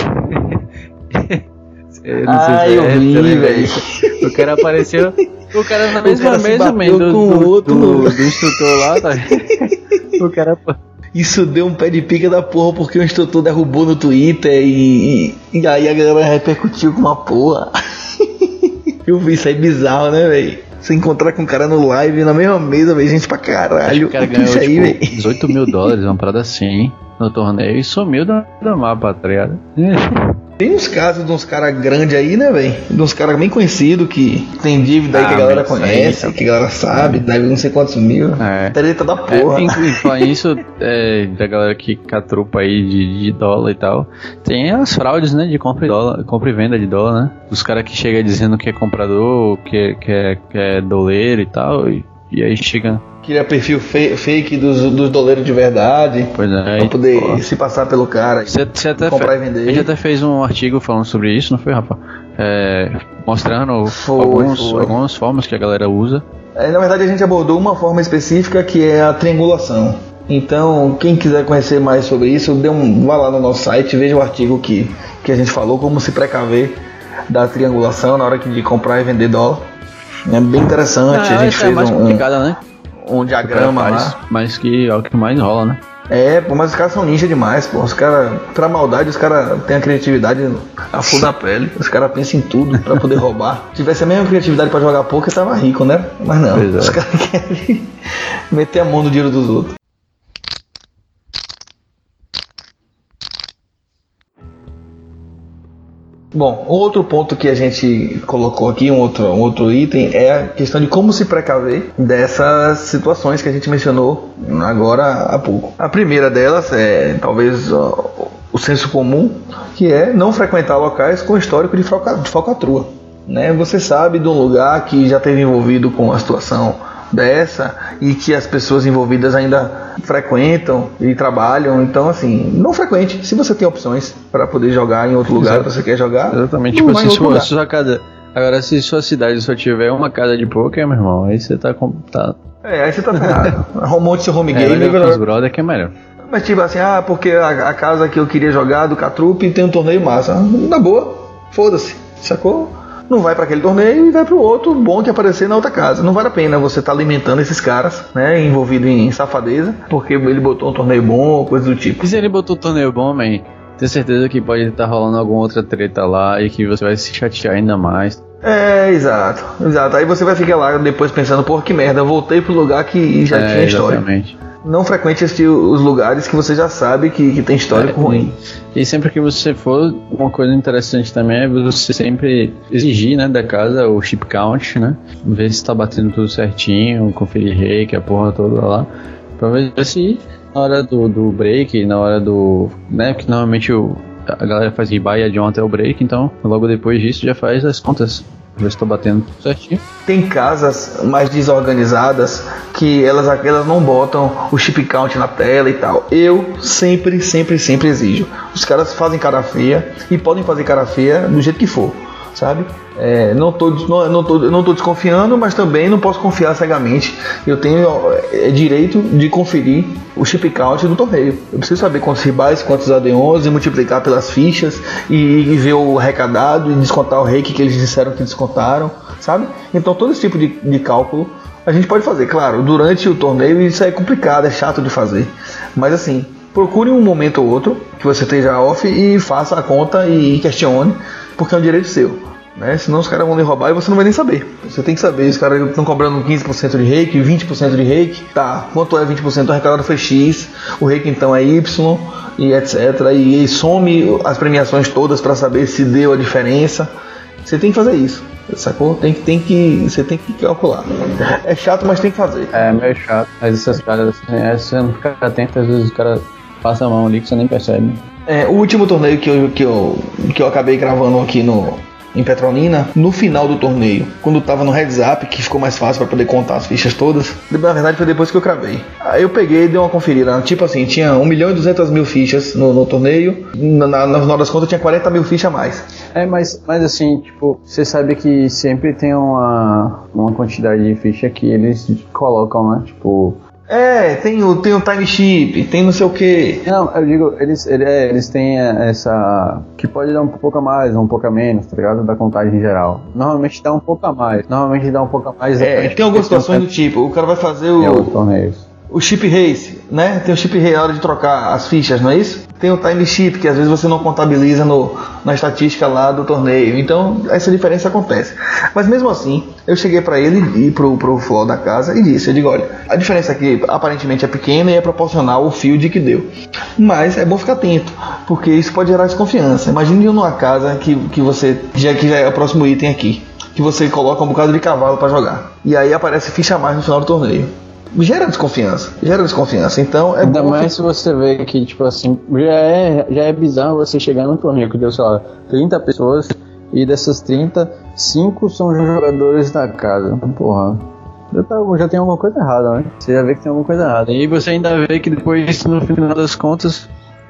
Eu não ah, sei se eu é, vi, tá velho. O cara apareceu... O cara na mesma mesa, man, do, com do, outro. Do, do instrutor lá, tá? O cara... Isso deu um pé de pica da porra, porque o instrutor derrubou no Twitter e, e, e aí a galera repercutiu com uma porra. Eu vi isso aí bizarro, né, velho? Você encontrar com um cara no live na mesma mesa, velho, gente pra caralho. Acho que o cara ganhou, isso aí, tipo, dezoito mil dólares, uma parada assim, no torneio, e sumiu do, do mapa, tá ligado? Tem uns casos de uns caras grandes aí, né, velho? De uns caras bem conhecidos que tem dívida aí ah, que a galera conhece, aí, que a galera sabe, deve não sei quantos mil. É. Treta da porra. É, inclusive, isso é, da galera que catrupa aí de, de dólar e tal. Tem as fraudes, né, de compra e, dólar, compra e venda de dólar, né? Os caras que chegam dizendo que é comprador, que, que, é, que é doleiro e tal, e, e aí chega... Cria perfil fake dos, dos doleiros de verdade. Pois é. Pra poder pô. se passar pelo cara. Você, você até comprar fe... e vender. A gente até fez um artigo falando sobre isso, não foi, rapaz? É, mostrando foi, alguns, foi. algumas formas que a galera usa É, na verdade a gente abordou uma forma específica que é a triangulação. Então, quem quiser conhecer mais sobre isso, dê um, vá lá no nosso site, veja o artigo que, que a gente falou, como se precaver da triangulação na hora de comprar e vender dólar. É bem interessante, ah, a gente fez é mais um, complicada, né? um diagrama lá. Mas que é o que mais rola, né? É, pô, mas os caras são ninja demais, pô. Os caras, pra maldade, os caras têm a criatividade a flor da pele. Os caras pensam em tudo pra poder roubar. Se tivesse a mesma criatividade pra jogar poker, tava rico, né? Mas não, pois os é. caras querem meter a mão no dinheiro dos outros. Bom, um outro ponto que a gente colocou aqui, um outro, um outro item, é a questão de como se precaver dessas situações que a gente mencionou agora há pouco. A primeira delas é, talvez, ó, o senso comum, que é não frequentar locais com histórico de, falca, de falcatrua. Né? Você sabe de um lugar que já esteve envolvido com a situação dessa e que as pessoas envolvidas ainda frequentam e trabalham, então assim, não frequente. Se você tem opções para poder jogar em outro lugar, que você quer jogar, exatamente, tipo, se sua, sua casa, agora se sua cidade só tiver uma casa de poker, meu irmão, aí você tá com tá... é, aí você tá ferrado. Monte seu home é, game, com os brother que é melhor. Mas tipo assim, ah, porque a, a casa que eu queria jogar do Catrupe tem um torneio massa, na boa, foda-se, sacou? Não vai para aquele torneio e vai para o outro bom que aparecer na outra casa. Não vale a pena você estar tá alimentando esses caras, né, envolvido em safadeza, porque ele botou um torneio bom, coisa do tipo. E se ele botou um torneio bom, man, tenho certeza que pode estar rolando alguma outra treta lá e que você vai se chatear ainda mais. É, exato, exato. Aí você vai ficar lá depois pensando, porra, que merda, eu voltei pro lugar que já é, tinha história. Exatamente. Não frequente esse, os lugares que você já sabe que, que tem histórico é, ruim. E sempre que você for, uma coisa interessante também é você sempre exigir, né, da casa o chip count, né? Ver se tá batendo tudo certinho, conferir rake, a porra toda lá. Pra ver se na hora do, do break, na hora do... né, porque normalmente o, a galera faz rebuy e adianta até o break, então logo depois disso já faz as contas. Ver se tá batendo tudo certinho. Tem casas mais desorganizadas que elas, elas não botam o chip count na tela e tal. Eu sempre, sempre, sempre exijo. Os caras fazem cara feia e podem fazer cara feia do jeito que for, sabe? É, não tô, não, não tô, não tô desconfiando, mas também não posso confiar cegamente. Eu tenho é, direito de conferir o chip count do torneio. Eu preciso saber quantos ribais, quantos A D onze, multiplicar pelas fichas e, e ver o arrecadado e descontar o rake que eles disseram que descontaram, sabe? Então todo esse tipo de, de cálculo a gente pode fazer. Claro, durante o torneio isso é complicado, é chato de fazer, mas assim, procure um momento ou outro que você esteja off e faça a conta e questione, porque é um direito seu. Né? Senão os caras vão lhe roubar e você não vai nem saber. Você tem que saber, os caras estão cobrando quinze por cento de rake, vinte por cento de rake. Tá, quanto é vinte por cento? O arrecadado foi X, o rake então é Y e etcétera. E, e some as premiações todas para saber se deu a diferença. Você tem que fazer isso, sacou? Tem que, tem que, você tem que calcular. É chato, mas tem que fazer. É meio chato, mas essas caras assim, é, se você não ficar atento, às vezes os caras passam a mão ali que você nem percebe. É, o último torneio que eu, que, eu, que eu acabei gravando aqui no... em Petrolina, no final do torneio, quando tava no heads up, que ficou mais fácil para poder contar as fichas todas, na verdade foi depois que eu cravei. Aí eu peguei e dei uma conferida, tipo assim, tinha um milhão e duzentas mil fichas no, no torneio, na, na, no final das contas tinha quarenta mil fichas a mais. É, mas, mas assim, tipo, você sabe que sempre tem uma, uma quantidade de ficha que eles colocam, né, tipo... É, tem o, tem o time chip, tem não sei o que. Não, eu digo, eles, ele, é, eles têm essa... que pode dar um pouco a mais, um pouco a menos, tá ligado? Da contagem geral. Normalmente dá um pouco a mais. Normalmente dá um pouco a mais. É, tem algumas situações um... do tipo, o cara vai fazer o... o chip race, né? Tem o chip race na hora de trocar as fichas, não é isso? Tem o time chip, que às vezes você não contabiliza no, na estatística lá do torneio. Então, essa diferença acontece. Mas mesmo assim, eu cheguei para ele e pro, pro floor da casa e disse, eu digo, olha, a diferença aqui aparentemente é pequena e é proporcional ao field que deu. Mas é bom ficar atento, porque isso pode gerar desconfiança. Imagine numa casa que, que você, já que já é o próximo item aqui, que você coloca um bocado de cavalo para jogar. E aí aparece ficha a mais no final do torneio. Gera desconfiança, gera desconfiança, então é ainda bom mais que... se você vê que, tipo assim, já é, já é bizarro você chegar num torneio que deu, sei lá, trinta pessoas e dessas trinta, cinco são jogadores da casa. Porra, já, tá, já tem alguma coisa errada, né? Você já vê que tem alguma coisa errada. E você ainda vê que depois, no final das contas,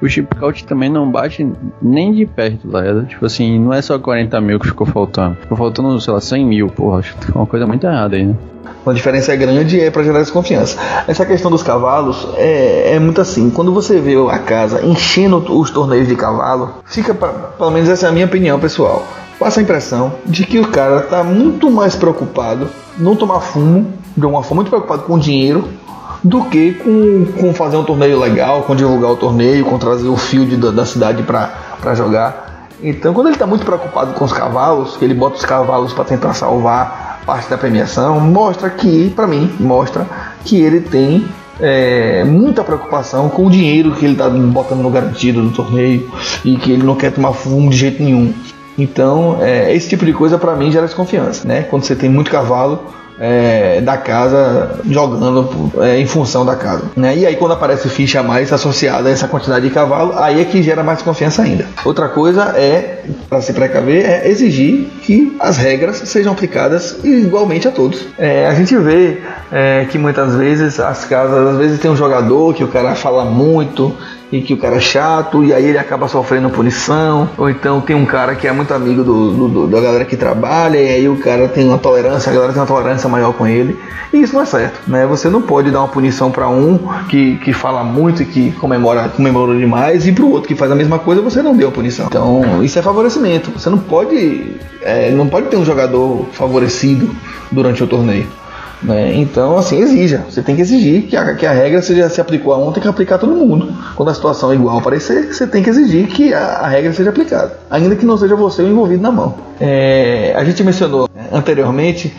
o chip count também não bate nem de perto, tá ligado? Tipo assim, não é só quarenta mil que ficou faltando. Ficou faltando, sei lá, cem mil, porra. Acho que tem uma coisa muito errada aí, né? A diferença é grande e é pra gerar desconfiança. Essa questão dos cavalos é, é muito assim. Quando você vê a casa enchendo os torneios de cavalo, fica, pra, pelo menos essa é a minha opinião pessoal, passa a impressão de que o cara tá muito mais preocupado não tomar fumo, de uma forma muito preocupado com dinheiro, do que com, com fazer um torneio legal, com divulgar o torneio, com trazer o field da, da cidade para jogar. Então, quando ele está muito preocupado com os cavalos, que ele bota os cavalos para tentar salvar parte da premiação, mostra que, para mim, mostra que ele tem é, muita preocupação com o dinheiro que ele está botando no garantido do torneio e que ele não quer tomar fumo de jeito nenhum. Então, é, esse tipo de coisa para mim gera desconfiança, né? Quando você tem muito cavalo É, da casa jogando é, em função da casa, né? E aí quando aparece ficha a mais associada a essa quantidade de cavalo, aí é que gera mais confiança ainda. Outra coisa é, para se precaver, é exigir que as regras sejam aplicadas igualmente a todos. É, a gente vê é, que muitas vezes as casas, às vezes tem um jogador que o cara fala muito e que o cara é chato, e aí ele acaba sofrendo punição, ou então tem um cara que é muito amigo do, do, do, da galera que trabalha, e aí o cara tem uma tolerância, a galera tem uma tolerância maior com ele, e isso não é certo, né? Você não pode dar uma punição para um que, que fala muito e que comemora, comemora demais, e para o outro que faz a mesma coisa, você não deu a punição. Então isso é favorecimento, você não pode, é, não pode ter um jogador favorecido durante o torneio. Né? Então, assim, exija. Você tem que exigir que a, que a regra seja, se aplicou a um, tem que aplicar a todo mundo. Quando a situação é igual aparecer, você tem que exigir que a, a regra seja aplicada, ainda que não seja você o envolvido na mão. É, a gente mencionou anteriormente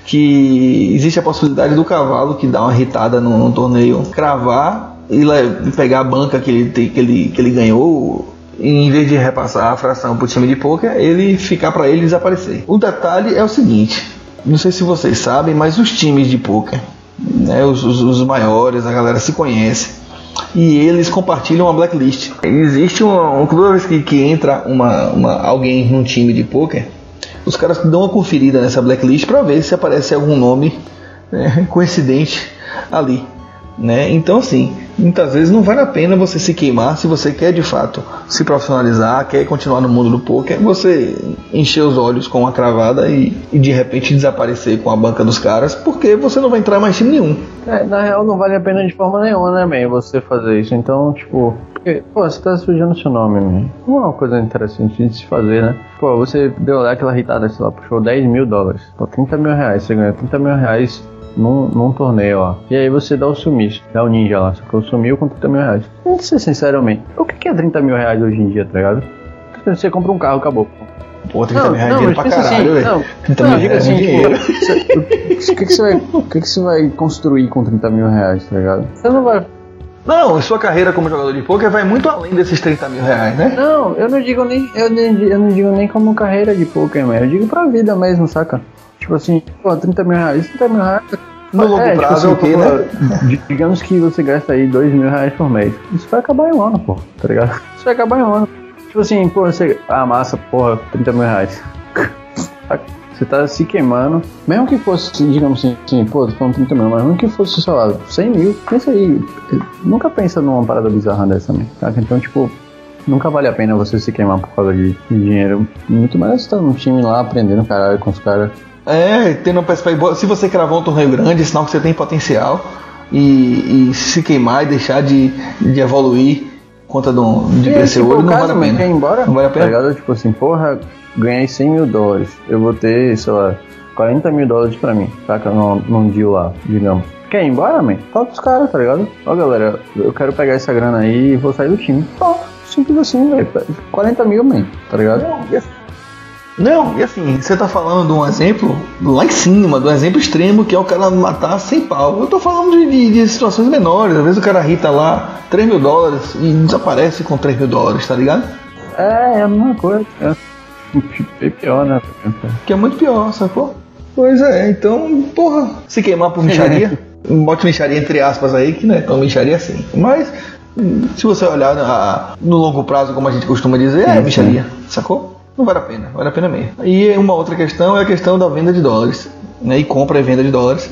que existe a possibilidade do cavalo que dá uma irritada num, num torneio cravar e, e pegar a banca que ele, que ele, que ele ganhou, e em vez de repassar a fração para o time de poker, ele ficar para ele desaparecer. O detalhe é o seguinte: não sei se vocês sabem, mas os times de poker, né, os, os, os maiores, a galera se conhece e eles compartilham uma blacklist. Existe uma, uma toda vez que, que entra uma, uma, alguém num time de poker, os caras dão uma conferida nessa blacklist para ver se aparece algum nome, né, coincidente ali, né? Então, assim, muitas vezes não vale a pena você se queimar se você quer de fato se profissionalizar, quer continuar no mundo do poker, você encher os olhos com uma cravada e, e de repente desaparecer com a banca dos caras, porque você não vai entrar mais em time nenhum. É, na real não vale a pena de forma nenhuma, né, man, você fazer isso. Então, tipo, porque, pô, você tá sujando seu nome, man. Não é uma coisa interessante de se fazer, né? Pô, você deu lá aquela irritada, sei lá, puxou dez mil dólares, pô, trinta mil reais, você ganhou trinta mil reais Num, num torneio, ó. E aí você dá o sumiço, dá o ninja lá, só que eu sumiu com trinta mil reais. Não sei sinceramente, o que é trinta mil reais hoje em dia, tá ligado? Você compra um carro, acabou. Pô, trinta mil reais é dinheiro pra caralho, velho. Não, trinta não, mil diga reais assim, é dinheiro. Tipo, o que, que, você vai, o que, que você vai construir com trinta mil reais, tá ligado? Você não vai. Não, sua carreira como jogador de poker vai muito além desses trinta mil reais, né? Não, eu não digo nem, eu, nem, eu não digo nem como carreira de poker, mas eu digo pra vida mesmo, saca? Tipo assim, pô, trinta mil reais, trinta mil reais. No longo é, prazo tipo, é o quê, né? Digamos que você gasta aí dois mil reais por mês. Isso vai acabar em um ano, pô, tá ligado? Isso vai acabar em um ano. Tipo assim, pô, você amassa, porra, trinta mil reais. Você tá se queimando. Mesmo que fosse, digamos assim, assim pô, tô falando trinta mil, mas mesmo que fosse, sei lá, cem mil, pensa aí. Nunca pensa numa parada bizarra dessa, né? Então, tipo, nunca vale a pena você se queimar por causa de, de dinheiro. Muito mais você tá num time lá aprendendo caralho com os caras. É, tendo uma perspectiva. Se você cravar um torneio grande, é sinal que você tem potencial. E, e se queimar e deixar de, de evoluir conta do, de crescer o olho, não vale a pena. Quer ir embora? Não vale a pena. Tá ligado? Tipo assim, porra, ganhei cem mil dólares. Eu vou ter, sei lá, quarenta mil dólares pra mim, saca? Num, num deal lá, digamos. Quer ir embora, man? Fala pros caras, tá ligado? Ó, galera, eu quero pegar essa grana aí e vou sair do time. Pô, simples assim, velho. quarenta mil, man, tá ligado? Não, e assim, não, e assim, você tá falando de um exemplo lá em cima, de um exemplo extremo que é o cara matar sem pau. Eu tô falando de, de, de situações menores. Às vezes o cara irrita lá três mil dólares e desaparece com três mil dólares, tá ligado? É, é a mesma coisa. É pior, né? Que é muito pior, sacou? Pois é, então, porra, se queimar por micharia, bote micharia entre aspas aí, que não é tão micharia assim. Mas, se você olhar na, no longo prazo, como a gente costuma dizer, é micharia, sacou? Não vale a pena, vale a pena mesmo. E uma outra questão é a questão da venda de dólares, né? E compra e venda de dólares.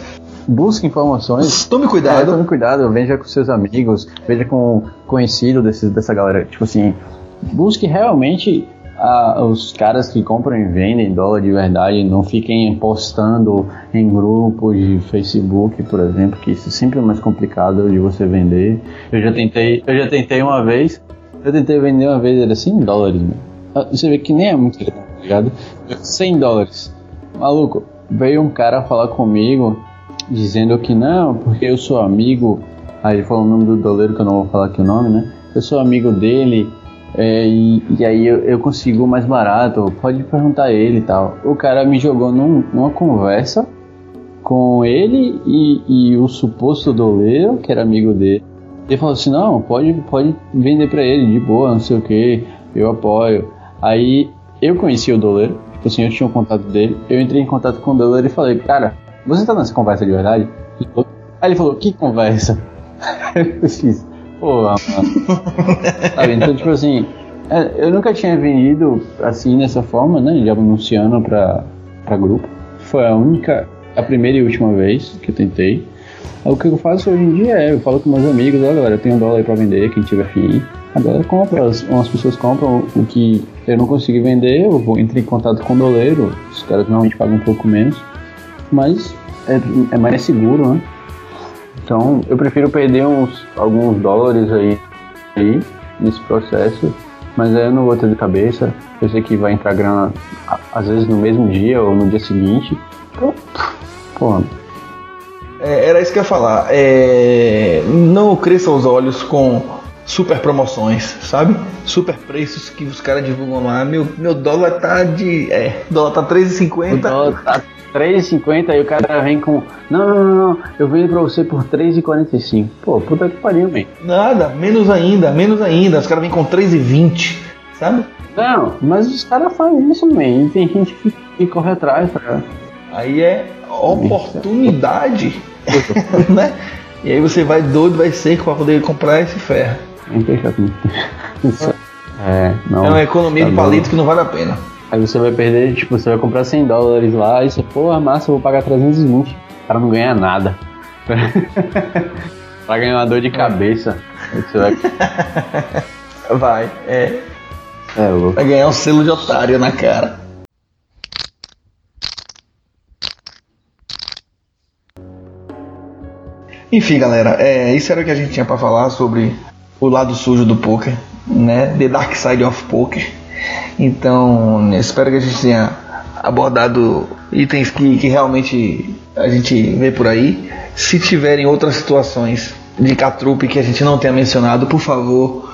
busque informações. Tome cuidado. É, tome cuidado, veja com seus amigos, veja com conhecido desses, dessa galera. Tipo assim, busque realmente ah, os caras que compram e vendem dólar de verdade, não fiquem postando em grupos de Facebook, por exemplo, que isso é sempre mais complicado de você vender. Eu já tentei, eu já tentei uma vez, eu tentei vender uma vez, era cem dólares, mano. Você vê que nem é muito legal, tá ligado? cem dólares. Maluco, veio um cara falar comigo, dizendo que não, porque eu sou amigo, aí ele falou o nome do doleiro, que eu não vou falar aqui o nome, né? Eu sou amigo dele, é, e, e aí eu, eu consigo mais barato, pode perguntar a ele e tal. O cara me jogou num, numa conversa com ele e, e o suposto doleiro, que era amigo dele. Ele falou assim, não, pode, pode vender pra ele, de boa, não sei o que, eu apoio. Aí eu conheci o doleiro, tipo assim, eu tinha um contato dele, eu entrei em contato com o doleiro e falei, cara, você tá nessa conversa de verdade? Aí ele falou, que conversa? Eu fiz, pô, mano. Sabe, então tipo assim, eu nunca tinha vendido assim dessa forma, né, já anunciando pra, pra grupo. Foi a única, a primeira e última vez que eu tentei. O que eu faço hoje em dia é, eu falo com meus amigos, olha galera, eu tenho um dólar aí pra vender, quem tiver fim. A galera compra, as, umas pessoas compram o que eu não consegui vender, eu vou entrar em contato com o doleiro, os caras normalmente pagam um pouco menos, mas é, é mais seguro, né? Então eu prefiro perder uns, alguns dólares aí, aí nesse processo, mas aí eu não vou ter de cabeça, eu sei que vai entrar grana às vezes no mesmo dia ou no dia seguinte, então, pô. É, era isso que eu ia falar, é, não cresça os olhos com super promoções, sabe? Super preços que os caras divulgam lá. Meu, meu dólar tá de... É, o dólar tá três e cinquenta. O dólar tá três e cinquenta e o cara vem com... Não, não, não, não, eu vendo pra você por três e quarenta e cinco. Pô, puta que pariu, man. Nada, menos ainda, menos ainda. Os caras vêm com três e vinte, sabe? Não, mas os caras fazem isso, man. E tem gente que, que corre atrás, cara. Aí é oportunidade, né? E aí você vai doido, vai seco pra poder comprar esse ferro. É, não, é uma economia tá de palito que não vale a pena. Aí você vai perder, tipo, você vai comprar cem dólares lá e você, pô, massa, eu vou pagar trezentos e vinte. O cara não ganha nada. Vai ganhar uma dor de cabeça. Aí você vai... vai, é. É louco. Vai ganhar um selo de otário na cara. Enfim, galera, é, isso era o que a gente tinha pra falar sobre o lado sujo do poker, né? The Dark Side of Poker. Então, espero que a gente tenha abordado itens que, que realmente a gente vê por aí. Se tiverem outras situações de catrupe que a gente não tenha mencionado, por favor,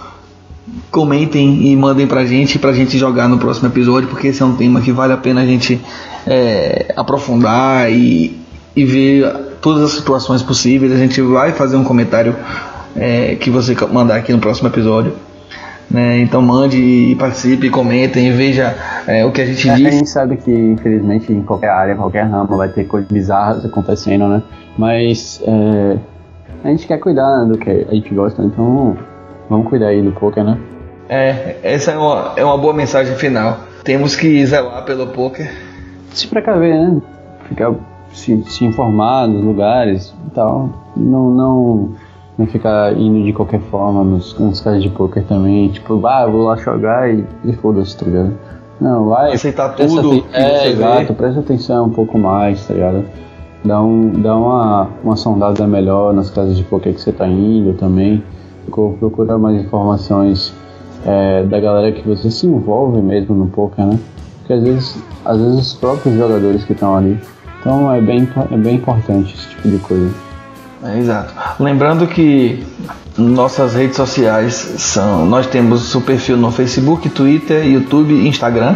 comentem e mandem pra gente, pra gente jogar no próximo episódio, porque esse é um tema que vale a pena a gente é, aprofundar e, e ver todas as situações possíveis. A gente vai fazer um comentário é, que você mandar aqui no próximo episódio, né? Então mande e participe, comentem, veja é, o que a gente é, diz. A gente sabe que infelizmente em qualquer área, qualquer ramo vai ter coisas bizarras acontecendo, né? Mas é, a gente quer cuidar, né, do que a gente gosta, então vamos cuidar aí do poker, né? É, essa é uma, é uma boa mensagem final. Temos que zelar pelo poker. Se precaver, né? Ficar Se, se informar nos lugares e tal, não, não, não ficar indo de qualquer forma nos, nos casos de poker também, tipo, ah, vou lá jogar e, e foda-se, tá ligado? Não, vai, aceitar tudo, aten- é, exato, presta atenção um pouco mais, tá ligado? Dá, um, dá uma, uma sondada melhor nas casas de poker que você tá indo também, procura mais informações é, da galera que você se envolve mesmo no poker, né? Porque às vezes, às vezes os próprios jogadores que estão ali. Então é bem, é bem importante esse tipo de coisa. É, exato. Lembrando que nossas redes sociais são... Nós temos o perfil no Facebook, Twitter, YouTube e Instagram.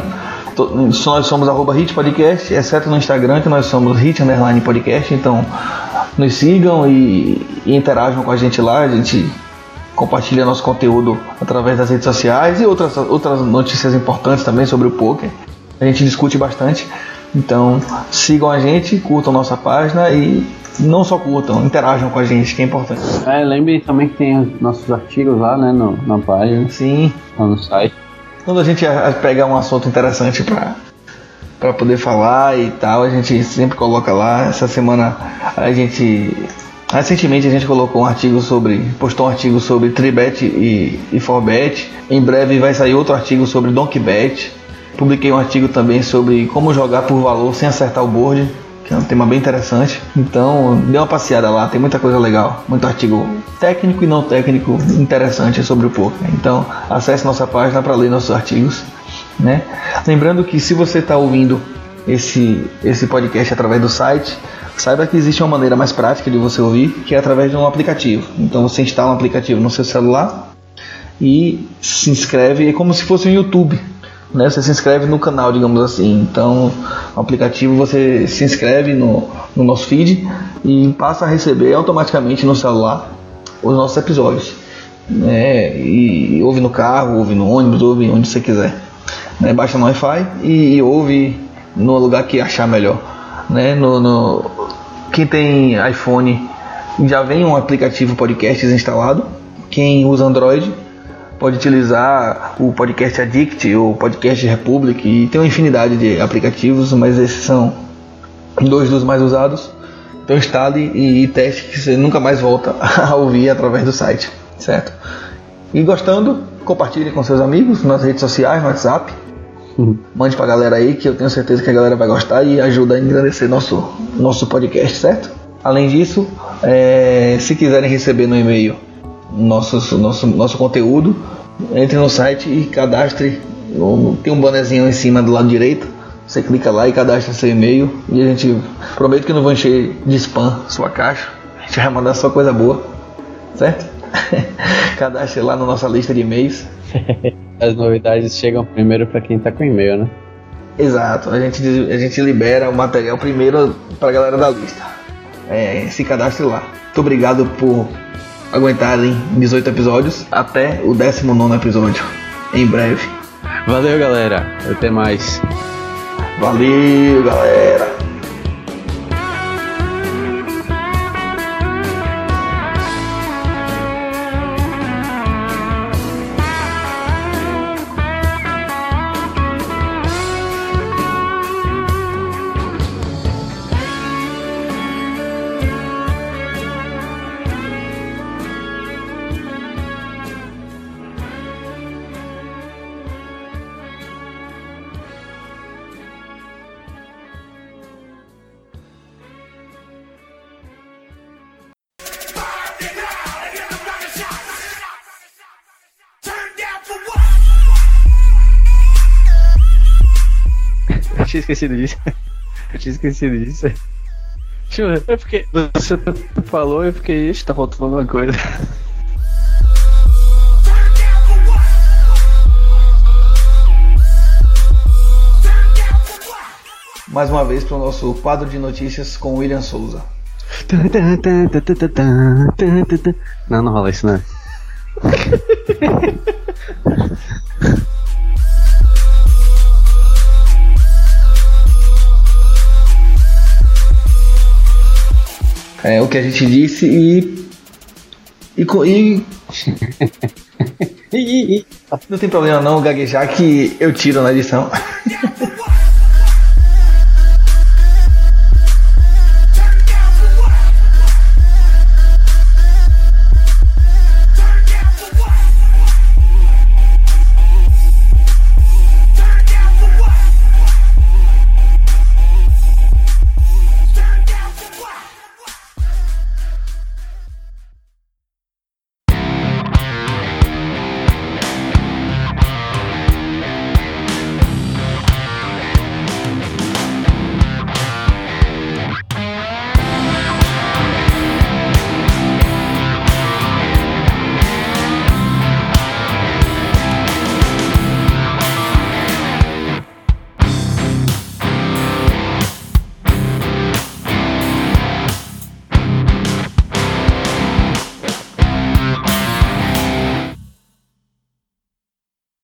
Nós somos arroba Hit Podcast, exceto no Instagram, que nós somos Hit Underline Podcast. Então nos sigam e, e interajam com a gente lá. A gente compartilha nosso conteúdo através das redes sociais e outras, outras notícias importantes também sobre o poker. A gente discute bastante. Então sigam a gente, curtam nossa página e não só curtam, interajam com a gente, que é importante. É, lembre também que tem os nossos artigos lá, né, no, na página. Sim. Lá no site. Quando a gente pegar um assunto interessante para para poder falar e tal. A gente sempre coloca lá. Essa semana a gente... Recentemente a gente colocou um artigo sobre... Postou um artigo sobre tribet e, e forbet. Em breve vai sair outro artigo sobre donkeybet. Publiquei um artigo também sobre como jogar por valor sem acertar o board, que é um tema bem interessante. Então, dê uma passeada lá, tem muita coisa legal, muito artigo técnico e não técnico interessante sobre o poker. Então, acesse nossa página para ler nossos artigos, né? Lembrando que se você está ouvindo esse, esse podcast através do site, saiba que existe uma maneira mais prática de você ouvir, que é através de um aplicativo. Então, você instala um aplicativo no seu celular e se inscreve, é como se fosse um YouTube. Né, você se inscreve no canal, digamos assim. Então, no aplicativo você se inscreve no, no nosso feed e passa a receber automaticamente no celular os nossos episódios. Né, e, e ouve no carro, ouve no ônibus, ouve onde você quiser. Né, baixa no Wi-Fi e, e ouve no lugar que achar melhor. Né, no, no, quem tem iPhone já vem um aplicativo podcasts instalado. Quem usa Android pode utilizar o Podcast Addict ou o Podcast Republic, e tem uma infinidade de aplicativos, mas esses são dois dos mais usados. Então instale e, e teste, que você nunca mais volta a ouvir através do site, certo? E gostando, compartilhe com seus amigos nas redes sociais, no WhatsApp. Uhum. Mande pra galera aí, que eu tenho certeza que a galera vai gostar e ajuda a engrandecer nosso, nosso podcast, certo? Além disso, é, se quiserem receber no e-mail Nosso, nosso, nosso conteúdo, entre no site e cadastre. Tem um bannerzinho em cima do lado direito. Você clica lá e cadastra seu e-mail. E a gente promete que não vou encher de spam sua caixa. A gente vai mandar só coisa boa, certo? Cadastre lá na nossa lista de e-mails. As novidades chegam primeiro para quem tá com e-mail, né? Exato, a gente, a gente libera o material primeiro para a galera da lista. É, se cadastre lá. Muito obrigado por aguentarem dezoito episódios, até o décimo nono episódio, em breve. Valeu, galera, até mais. Valeu, galera. Eu tinha esquecido disso. Eu tinha esquecido disso. É porque você falou e eu fiquei, ixi, tá faltando alguma coisa. Mais uma vez para o nosso quadro de notícias com William Souza. Não, não rola isso, né? É o que a gente disse e. E. e não tem problema não gaguejar, que eu tiro na edição.